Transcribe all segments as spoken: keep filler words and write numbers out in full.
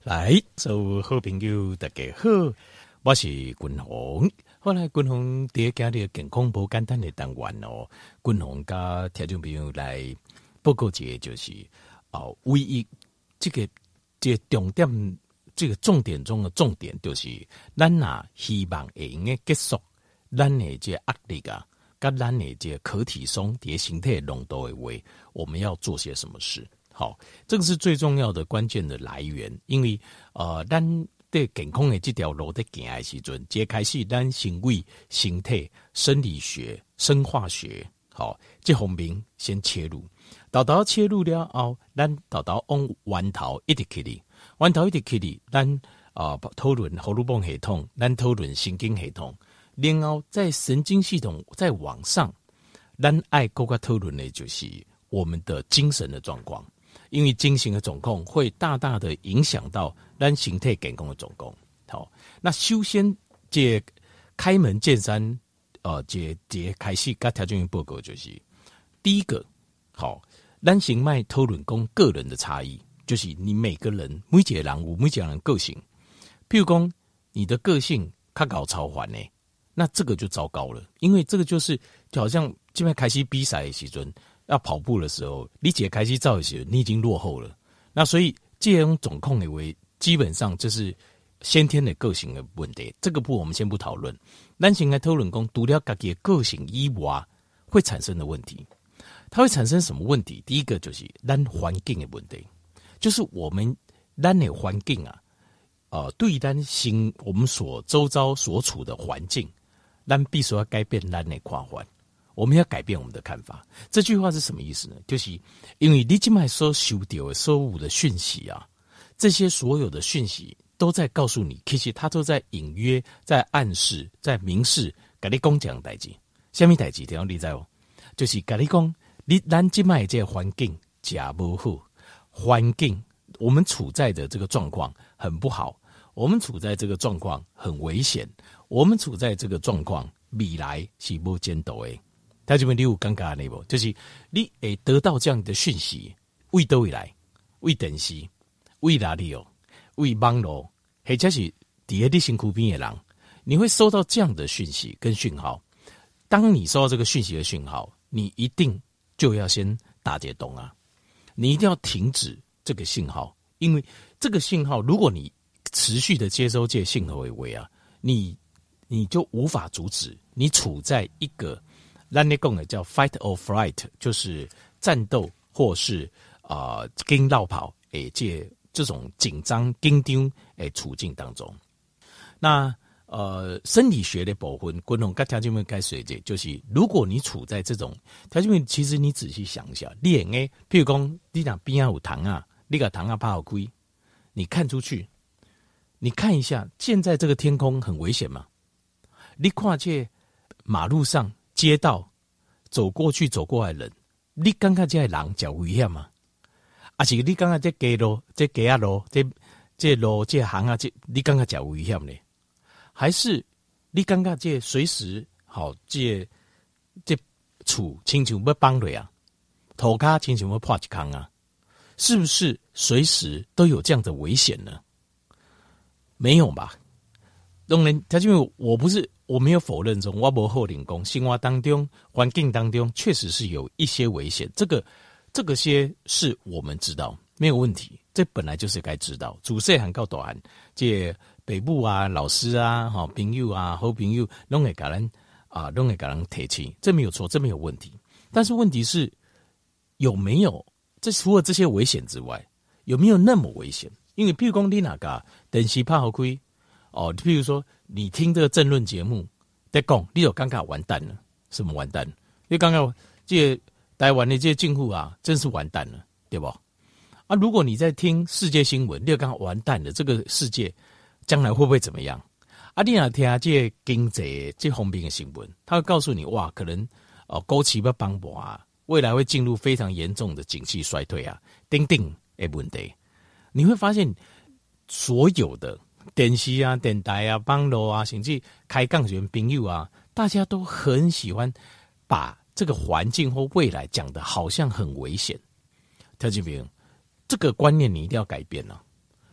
来，所有好朋友大家好，我是君鸿。后来君鸿伫今日健康无简单的单元哦，君鸿甲听众朋友来报告一个就是哦，唯一这个这个重点，这个重点中的重点就是，咱若希望会用个结束咱的这压力啊，跟咱的这可体松伫形态浓度的话，我们要做些什么事？好，这个是最重要的关键的来源，因为呃，咱对健康的这条路在行的时阵，揭开始咱行为、形态、生理学、生化学，好，这方面先切入。豆豆切入了后，咱豆豆往源头一直去哩，源头一直去哩，咱啊讨论荷尔蒙系统，咱讨论神经系统，然后在神经系统再往上，咱爱更加讨论的就是我们的精神的状况。因为精神的状况会大大的影响到咱形态健康的状况。好，那首先这开门见山，呃，这这开始跟条件报告就是第一个，好，咱先卖讨论讲个人的差异，就是你每个人每一个人有每一个人个性，譬如讲你的个性较搞超环呢，那这个就糟糕了，因为这个就是就好像这边开始比赛的时阵。要跑步的时候，你解开机照的时候，你已经落后了。那所以这种总控的为基本上就是先天的个性的问题，这个不我们先不讨论。咱先来讨论讲，除了自己的个性以外，会产生的问题。它会产生什么问题？第一个就是咱环境的问题，就是我们咱的环境啊，呃，对咱心我们所周遭所处的环境，咱必须要改变咱的看法。我们要改变我们的看法。这句话是什么意思呢？就是因为你今麦所收到的所有的讯息啊，这些所有的讯息都在告诉你，其实它都在隐约、在暗示、在明示，跟你讲这样代志。什么代志？听你知哦，就是跟你讲，你咱今麦这个环境假不好，环境我们处在的这个状况很不好，我们处在这个状况很危险，我们处在这个状况未来是无见到的。他这边你有尴尬的不？就是你会得到这样的讯息，为倒位来，为电视，为哪里哦，为网络，或者是伫在你身躯边的人，你会收到这样的讯息跟讯号。当你收到这个讯息的讯号，你一定就要先打解冻啊，你一定要停止这个信号，因为这个信号，如果你持续的接收这个信号的话啊，你你就无法阻止，你处在一个。咱咧讲的叫 fight or flight， 就是战斗或是啊跟绕跑诶，这这种紧张紧张诶处境当中。那呃生理学的部分，观众跟条件们该随着，就是如果你处在这种条件们，其实你仔细想一下，你诶，譬如讲你那边有糖啊，你把糖啊拍好开，你看出去，你看一下，现在这个天空很危险吗？你看这马路上。街道走过去走过来的人，你感觉这人较危险吗？还是你感觉这街路、这街啊路、这这路、这行啊，这你感觉较危险呢？还是你感觉这随时好这这厝亲像要崩落啊，土骹亲像要破一坑啊？是不是随时都有这样的危险呢？没有吧？当然，他因为我不是。我没有否认中，我没后领工，生活当中、环境当中，确实是有一些危险。这个、这个些是我们知道，没有问题。这本来就是该知道。主细汉到大汉，这北部啊、老师啊、好朋友啊、好朋友，拢会给人啊，拢会给人提起，这没有错，这没有问题。但是问题是有没有？这除了这些危险之外，有没有那么危险？因为譬如讲你哪个电视拍好开。哦，譬如说，你听这个政论节目在讲，你有尴尬完蛋了，什么完蛋？因为刚刚这台湾的这些政府啊，真是完蛋了，对不？啊，如果你在听世界新闻，你有刚刚完蛋了，这个世界将来会不会怎么样？啊，你若听这经济这方面的新闻，他会告诉你，哇，可能哦，枸杞要崩盘啊，未来会进入非常严重的景气衰退啊，等等的问题，你会发现所有的。电视啊、电台啊、网络啊，甚至开杠员朋友啊，大家都很喜欢把这个环境或未来讲的好像很危险。条件朋友，这个观念你一定要改变啊！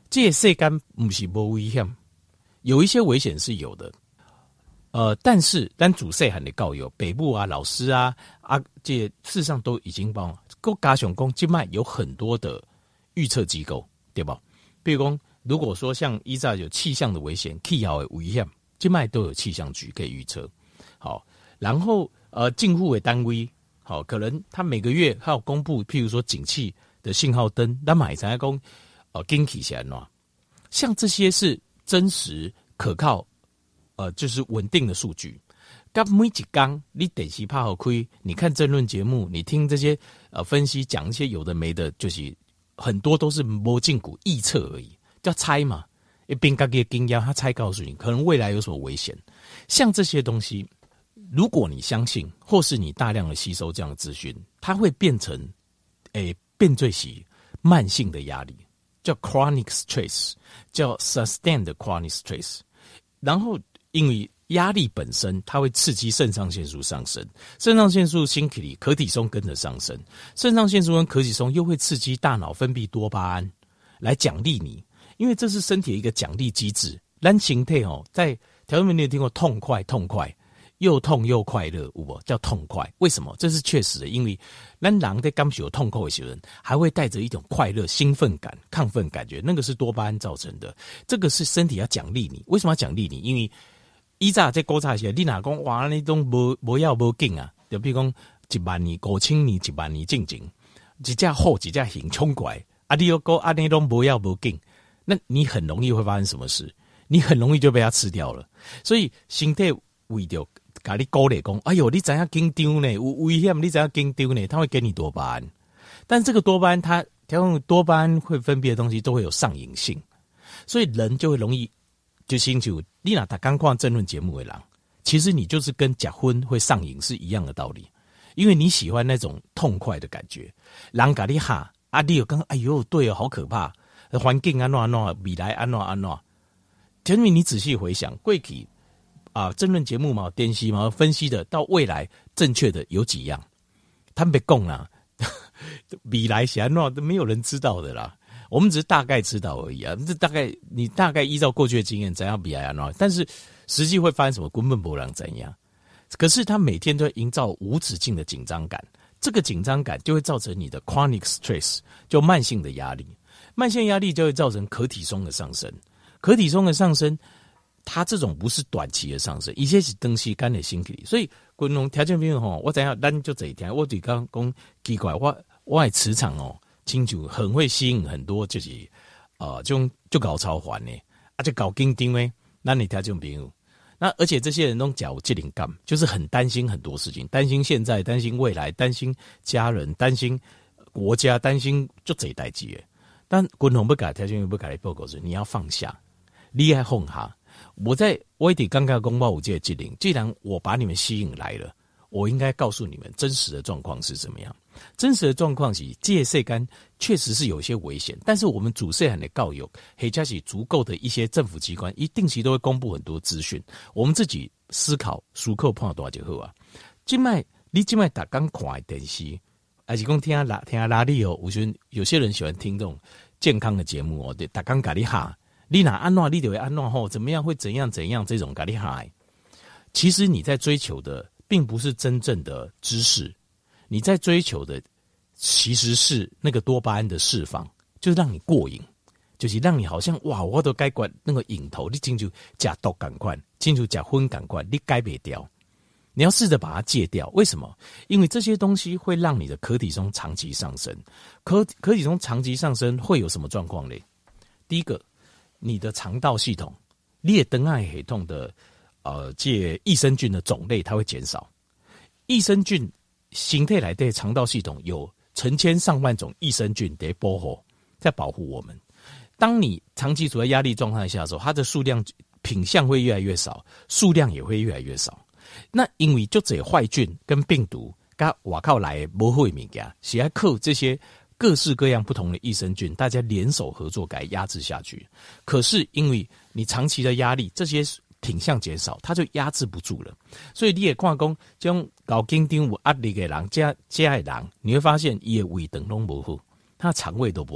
这个世间不是没危险，有一些危险是有的。呃，但是咱主细汉的教育，北部啊、老师啊啊，这事实上都已经帮够加上讲，今麦有很多的预测机构，对吧？比如讲，如果说像依照有气象的危险、气候的危险，今麦都有气象局可以预测。好，然后呃，政府的单位，好，可能他每个月还有公布，譬如说景气的信号灯，咱买才讲，呃，景气是安怎？像这些是真实可靠。呃，就是稳定的数据。刚每一天你电视拍好开，你看政论节目，你听这些呃分析讲一些有的没的，就是很多都是摸胫骨臆测而已，叫猜嘛。一边自己的经验，他猜告诉你可能未来有什么危险。像这些东西，如果你相信，或是你大量的吸收这样的资讯，它会变成诶变最起慢性的压力，叫 chronic stress， 叫 sustained chronic stress， 然后。因为压力本身，它会刺激肾上腺素上升，肾上腺素兴起，可体松跟着上升，肾上腺素跟可体松又会刺激大脑分泌多巴胺来奖励你，因为这是身体的一个奖励机制。咱形态哦，在条件你有听过痛快痛快，又痛又快乐，有无叫痛快？为什么？这是确实的，因为咱人在感受痛苦的时候，还会带着一种快乐、兴奋感、亢奋感觉，那个是多巴胺造成的。这个是身体要奖励你，为什么要奖励你？因为以前在古早时，你哪讲哇，那种无无要无紧啊？就比如讲一万年、五千年、一万年进前，一只好一只行冲过来，啊，你又讲啊那种无要无紧，那你很容易会发生什么事？你很容易就被它吃掉了。所以身体为着甲你鼓励讲，哎呦，你怎样紧张呢？有危险，你怎样紧张呢？它会给你多巴胺，但这个多巴胺它，调多巴胺会分泌的东西都会有上瘾性，所以人就会容易。就清楚，你若刚看政论节目的人，其实你就是跟结婚会上瘾是一样的道理，因为你喜欢那种痛快的感觉。人甲你哈，啊，你又讲，哎呦，对哦，好可怕，环境安怎安怎，未来安怎安怎。因为你仔细回想，过去啊，政论节目嘛，电视嘛，分析的到未来正确的有几样，坦白讲啦，未来是安怎都没有人知道的啦。我们只是大概知道而已啊，这大概你大概依照过去的经验怎样比啊，但是实际会发生什么根本不能怎样。可是他每天都会营造无止境的紧张感，这个紧张感就会造成你的 chronic stress， 就慢性的压力，慢性压力就会造成可体松的上升，可体松的上升，它这种不是短期的上升，一些是长时间的升起，所以观众条件朋友吼，我知影咱就这一天，我对刚讲奇怪，我我的磁场哦。清楚很会吸引很多就是呃这种就搞超环呢，啊就搞紧张呢，那你听这种朋友，那而且这些人都讲有这灵感，就是很担心很多事情，担心现在，担心未来，担心家人，担心国家，担心就这一代际的。但共同不改条件不改的报告是你要放下，你要放下。我在我一点刚刚公报五届机灵，既然我把你们吸引来了，我应该告诉你们真实的状况是怎么样。真实的状况是，这世间确实是有些危险，但是我们主细汉的教育，或者是足够的一些政府机关，一定期都会公布很多资讯，我们自己思考、思考判断就好啊。今麦你今麦打刚看的电视，还是讲听拉听拉力哦？我觉得有些人喜欢听这种健康的节目哦，对，打刚咖喱哈，你哪安诺，你就会安诺后怎么样，会怎样怎样这种咖喱哈。其实你在追求的，并不是真正的知识。你在追求的其实是那个多巴胺的释放，就是让你过瘾，就是让你好像哇，我都该管那个瘾头，你进去假毒感官，进去假荤感官，你改不掉。你要试着把它戒掉，为什么？因为这些东西会让你的可体松长期上升，可可体松长期上升会有什么状况呢？第一个，你的肠道系统，列登爱系统的呃，这益生菌的种类它会减少，益生菌。形态来对肠道系统有成千上万种益生菌在保护，在保护我们。当你长期处在压力状态下的时候，它的数量品相会越来越少，数量也会越来越少。那因为就这坏菌跟病毒，跟外靠来的不好的物件，是要靠这些各式各样不同的益生菌，大家联手合作给压制下去。可是因为你长期的压力，这些品相减少，它就压制不住了。所以你也看讲，这种搞紧张有压力的人，加加的人，你会发现伊的胃肠拢不好，他的肠胃都不好。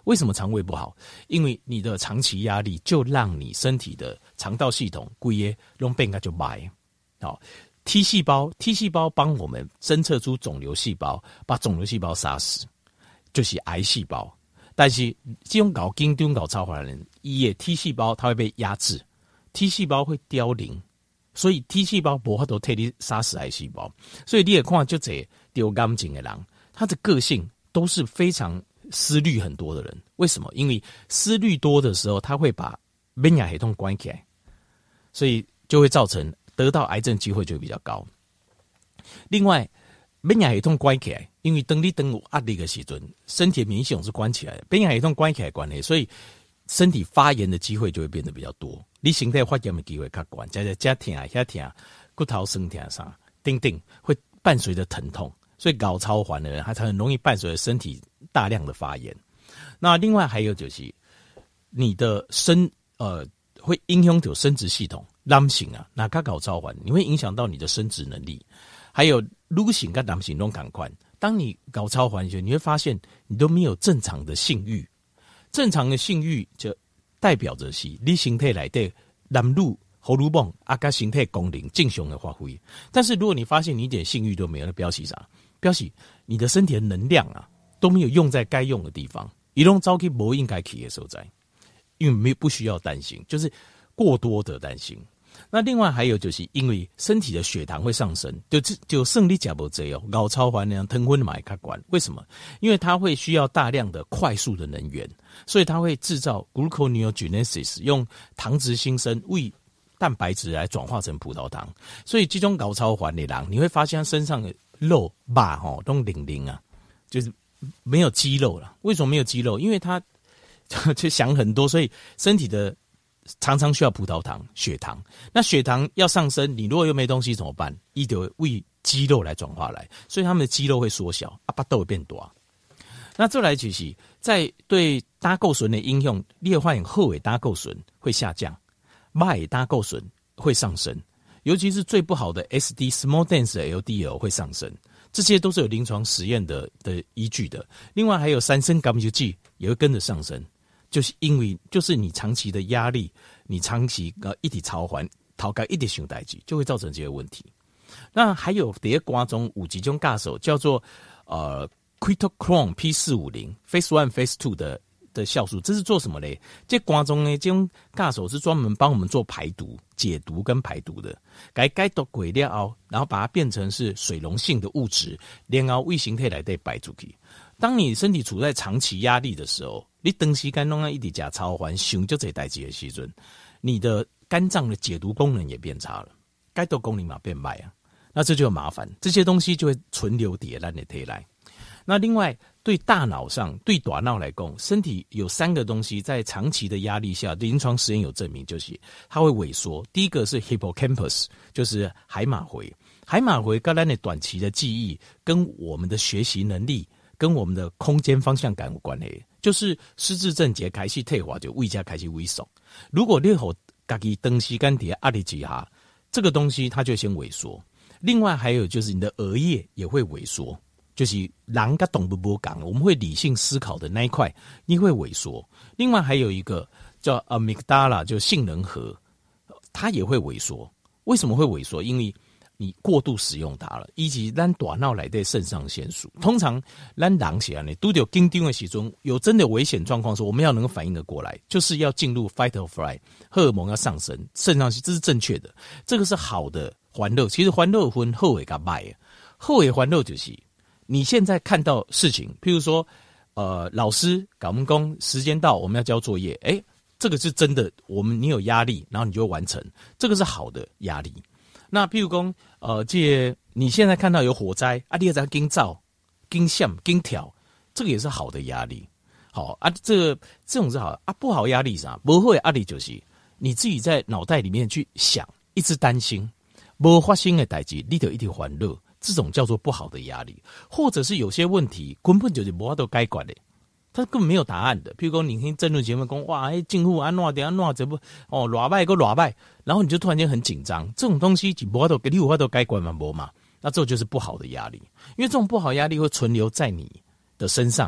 为什么肠胃不好？因为你的长期压力就让你身体的肠道系统规个拢变个就坏。好 ，T 细胞 ，T 细胞帮我们侦测出肿瘤细胞，把肿瘤细胞杀死，就是癌细胞。但是这种搞紧张、搞超化的人，伊的 T 细胞它会被压制 ，T 细胞会凋零，所以 T 细胞无法度替你杀死癌细胞。所以你也看就这得癌症的人，他的个性都是非常思虑很多的人。为什么？因为思虑多的时候，他会把免疫系统关起来，所以就会造成得到癌症机会就会比较高。另外，免疫系统关起来，因为当你当有压力的时阵，身体的免疫系统是关起来的，免疫系统关起来关系，所以身体发炎的机会就会变得比较多，你身体发炎的机会较高，加加加痛遐痛，骨头酸痛啥，等等，会伴随着疼痛，所以高超环的人，他很容易伴随着身体大量的发炎。那另外还有就是你的生呃会影响到生殖系统，男性啊，哪个高超环，你会影响到你的生殖能力。还有女性跟男性都同款，当你搞超环学，你会发现你都没有正常的性欲。正常的性欲就代表着是你身体内的男女荷尔蒙啊，跟身体功能正常的发挥。但是如果你发现你一点性欲都没有，那表示啥？表示你的身体的能量啊都没有用在该用的地方，一弄早去不应该去的所在，因为没不需要担心，就是过多的担心。那另外还有就是因为身体的血糖会上升，就就剩你吃不这哦，高超环那样疼昏买卡管，为什么？因为它会需要大量的快速的能源，所以它会制造 gluconeogenesis， 用糖质新生为蛋白质来转化成葡萄糖，所以这种高超环的人，你会发现他身上的肉吧吼都零零啊，就是没有肌肉了。为什么没有肌肉？因为他就想很多，所以身体的常常需要葡萄糖、血糖。那血糖要上升，你如果又没东西怎么办？一定会为肌肉来转化来，所以他们的肌肉会缩小，啊，巴豆会变大。那再来就是在对胆固醇的应用，你会发现好的胆固醇会下降，坏的胆固醇会上升，尤其是最不好的 S D small dense L D L 会上升，这些都是有临床实验的的依据的。另外还有三砷甘油酯也会跟着上升。就是因为就是你长期的压力，你长期呃一直超环，头壳一直想代志，就会造成这些问题。那还有第二瓜中有几种驾手叫做呃 Quitochrome P 四五零 Phase One Phase Two 的的酵素，这是做什么嘞？这瓜中呢，这种驾手是专门帮我们做排毒、解毒跟排毒的，改解毒过了后，然后把它变成是水溶性的物质，然后为形态来对排出去。当你身体处在长期压力的时候，你长时间弄到一直吃超环，想就这代志的时阵，你的肝脏的解毒功能也变差了，解毒功能嘛变坏啊，那这就很麻烦，这些东西就会存留在咱的体内。那另外对大脑上，对大脑来讲，身体有三个东西在长期的压力下，临床实验有证明，就是它会萎缩。第一个是 hippocampus， 就是海马回，海马回跟咱的短期的记忆，跟我们的学习能力，跟我们的空间方向感有关系。就是失智症节开始退化，就胃家开始萎缩。如果你好自己长时间在压力之下，这个东西它就先萎缩。另外还有就是你的额叶也会萎缩，就是人跟动物不一样，我们会理性思考的那一块你会萎缩。另外还有一个叫 amygdala， 就杏仁核，它也会萎缩。为什么会萎缩？因为你过度使用它了，以及咱大脑内的肾上腺素。通常咱人是安尼，拄到紧张的时阵，有真的危险状况时，我们要能够反应得过来，就是要进入 fight or flight， 荷尔蒙要上升，肾上腺这是正确的，这个是好的欢乐。其实欢乐分好的跟坏的，好的欢乐就是你现在看到事情，譬如说，呃，老师搞我们讲时间到，我们要交作业，诶，这个是真的，我们你有压力，然后你就完成，这个是好的压力。那譬如说，呃，这你现在看到有火灾啊，你也在跟照、跟向、跟跳，这个也是好的压力。好啊，这个这种是好啊，不好压力啥？不会压力就是你自己在脑袋里面去想，一直担心，没发生的代志，你就一直欢乐，这种叫做不好的压力。或者是有些问题根本就是没法度解决的。他根本没有答案的，譬如说你听政论节目讲，哇，哎，政府安怎的安怎这不哦，偌歹个偌歹，然后你就突然间很紧张，这种东西无法度，你有法度解决嘛无嘛？那这就是不好的压力，因为这种不好压力会存留在你的身上，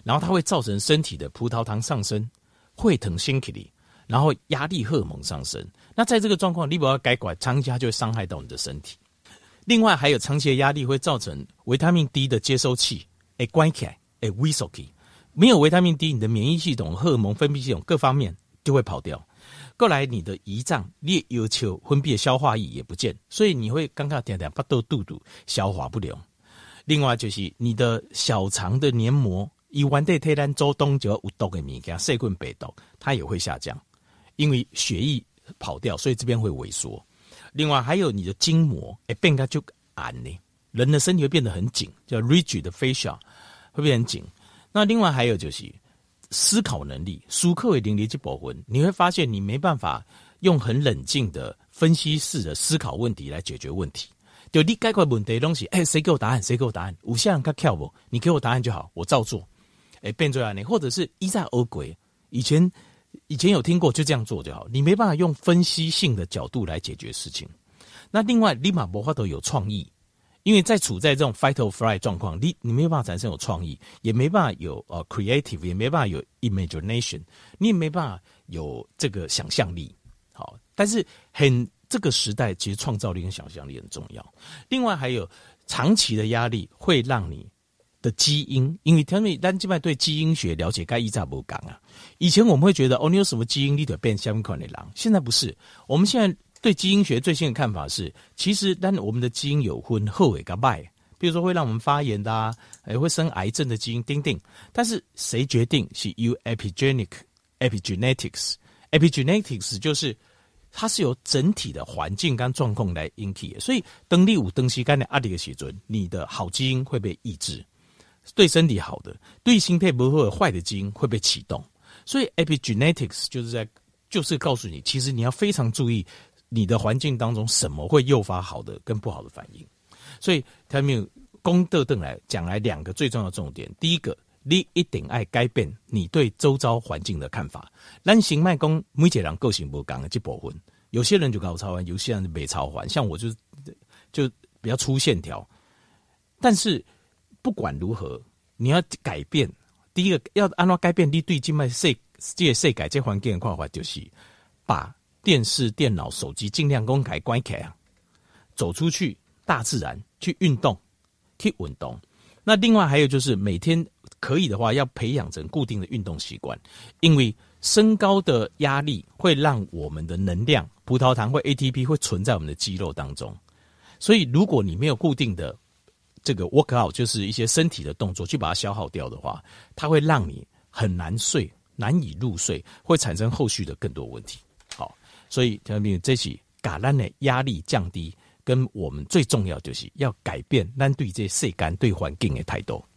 然后它会造成身体的葡萄糖上升，会疼升起来，然后压力荷尔蒙上升。那在这个状况，你不要改管，长期它就会伤害到你的身体。另外还有长期的压力会造成维他命 D 的接收器会关起来，会萎缩起来。没有维他命 D， 你的免疫系统、荷尔蒙分泌系统各方面就会跑掉。过来你的胰脏，你的要求分泌的消化液也不见，所以你会刚刚点点巴肚肚肚消化不良。另外就是你的小肠的黏膜，以原地替咱做东就有毒的物件，细菌、病毒，它也会下降，因为血液跑掉，所以这边会萎缩。另外还有你的筋膜，会变得就硬呢，人的身体会变得很紧，叫 rigid 的 fascia 会变很紧。那另外还有就是思考能力，思考的能力这部分，你会发现你没办法用很冷静的分析式的思考问题来解决问题。就你解决问题的东西，哎，谁给我答案？谁给我答案？有些人较巧不？你给我答案就好，我照做。哎，变做安尼，或者是一再欧鬼，以前以前有听过，就这样做就好。你没办法用分析性的角度来解决事情。那另外，你嘛没法都有创意。因为在处在这种 fight or flight 状况，你你没有办法产生有创意，也没办法有呃 creative， 也没办法有 imagination， 你也没办法有这个想象力。好，但是很这个时代其实创造力跟想象力很重要。另外还有长期的压力会让你的基因，因为他们咱这边对基因学了解该依照不讲啊。以前我们会觉得哦，你有什么基因你得变相款的狼，现在不是，我们现在对基因学最新的看法是，其实但我们的基因有分好的跟坏，比如说会让我们发炎的啊，也会生癌症的基因丁丁，但是谁决定是 you epigenetic epigenetics epigenetics 就是它是由整体的环境跟状况来引起的，所以当你有长时间的压力的时候，你的好基因会被抑制，对身体好的，对心态不好的坏的基因会被启动，所以 epigenetics 就是在就是告诉你，其实你要非常注意你的环境当中什么会诱发好的跟不好的反应。所以他们有公德邓来讲来两个最重要的重点，第一个，你一定要改变你对周遭环境的看法。咱行迈讲每个人个性不同的这部分，有些人就搞超环，有些人就没超环，像我就就比较粗线条。但是不管如何，你要改变，第一个要按照改变你对今麦世这个世界这环境的看法，就是把电视、电脑、手机尽量公开关起啊，走出去大自然去运动，去运动。那另外还有就是每天可以的话，要培养成固定的运动习惯，因为升高的压力会让我们的能量、葡萄糖或 A T P 会存在我们的肌肉当中，所以如果你没有固定的这个 workout， 就是一些身体的动作去把它消耗掉的话，它会让你很难睡、难以入睡，会产生后续的更多问题。好，所以听到没有？这是把咱的压力降低，跟我们最重要就是要改变咱对这世间对环境的态度。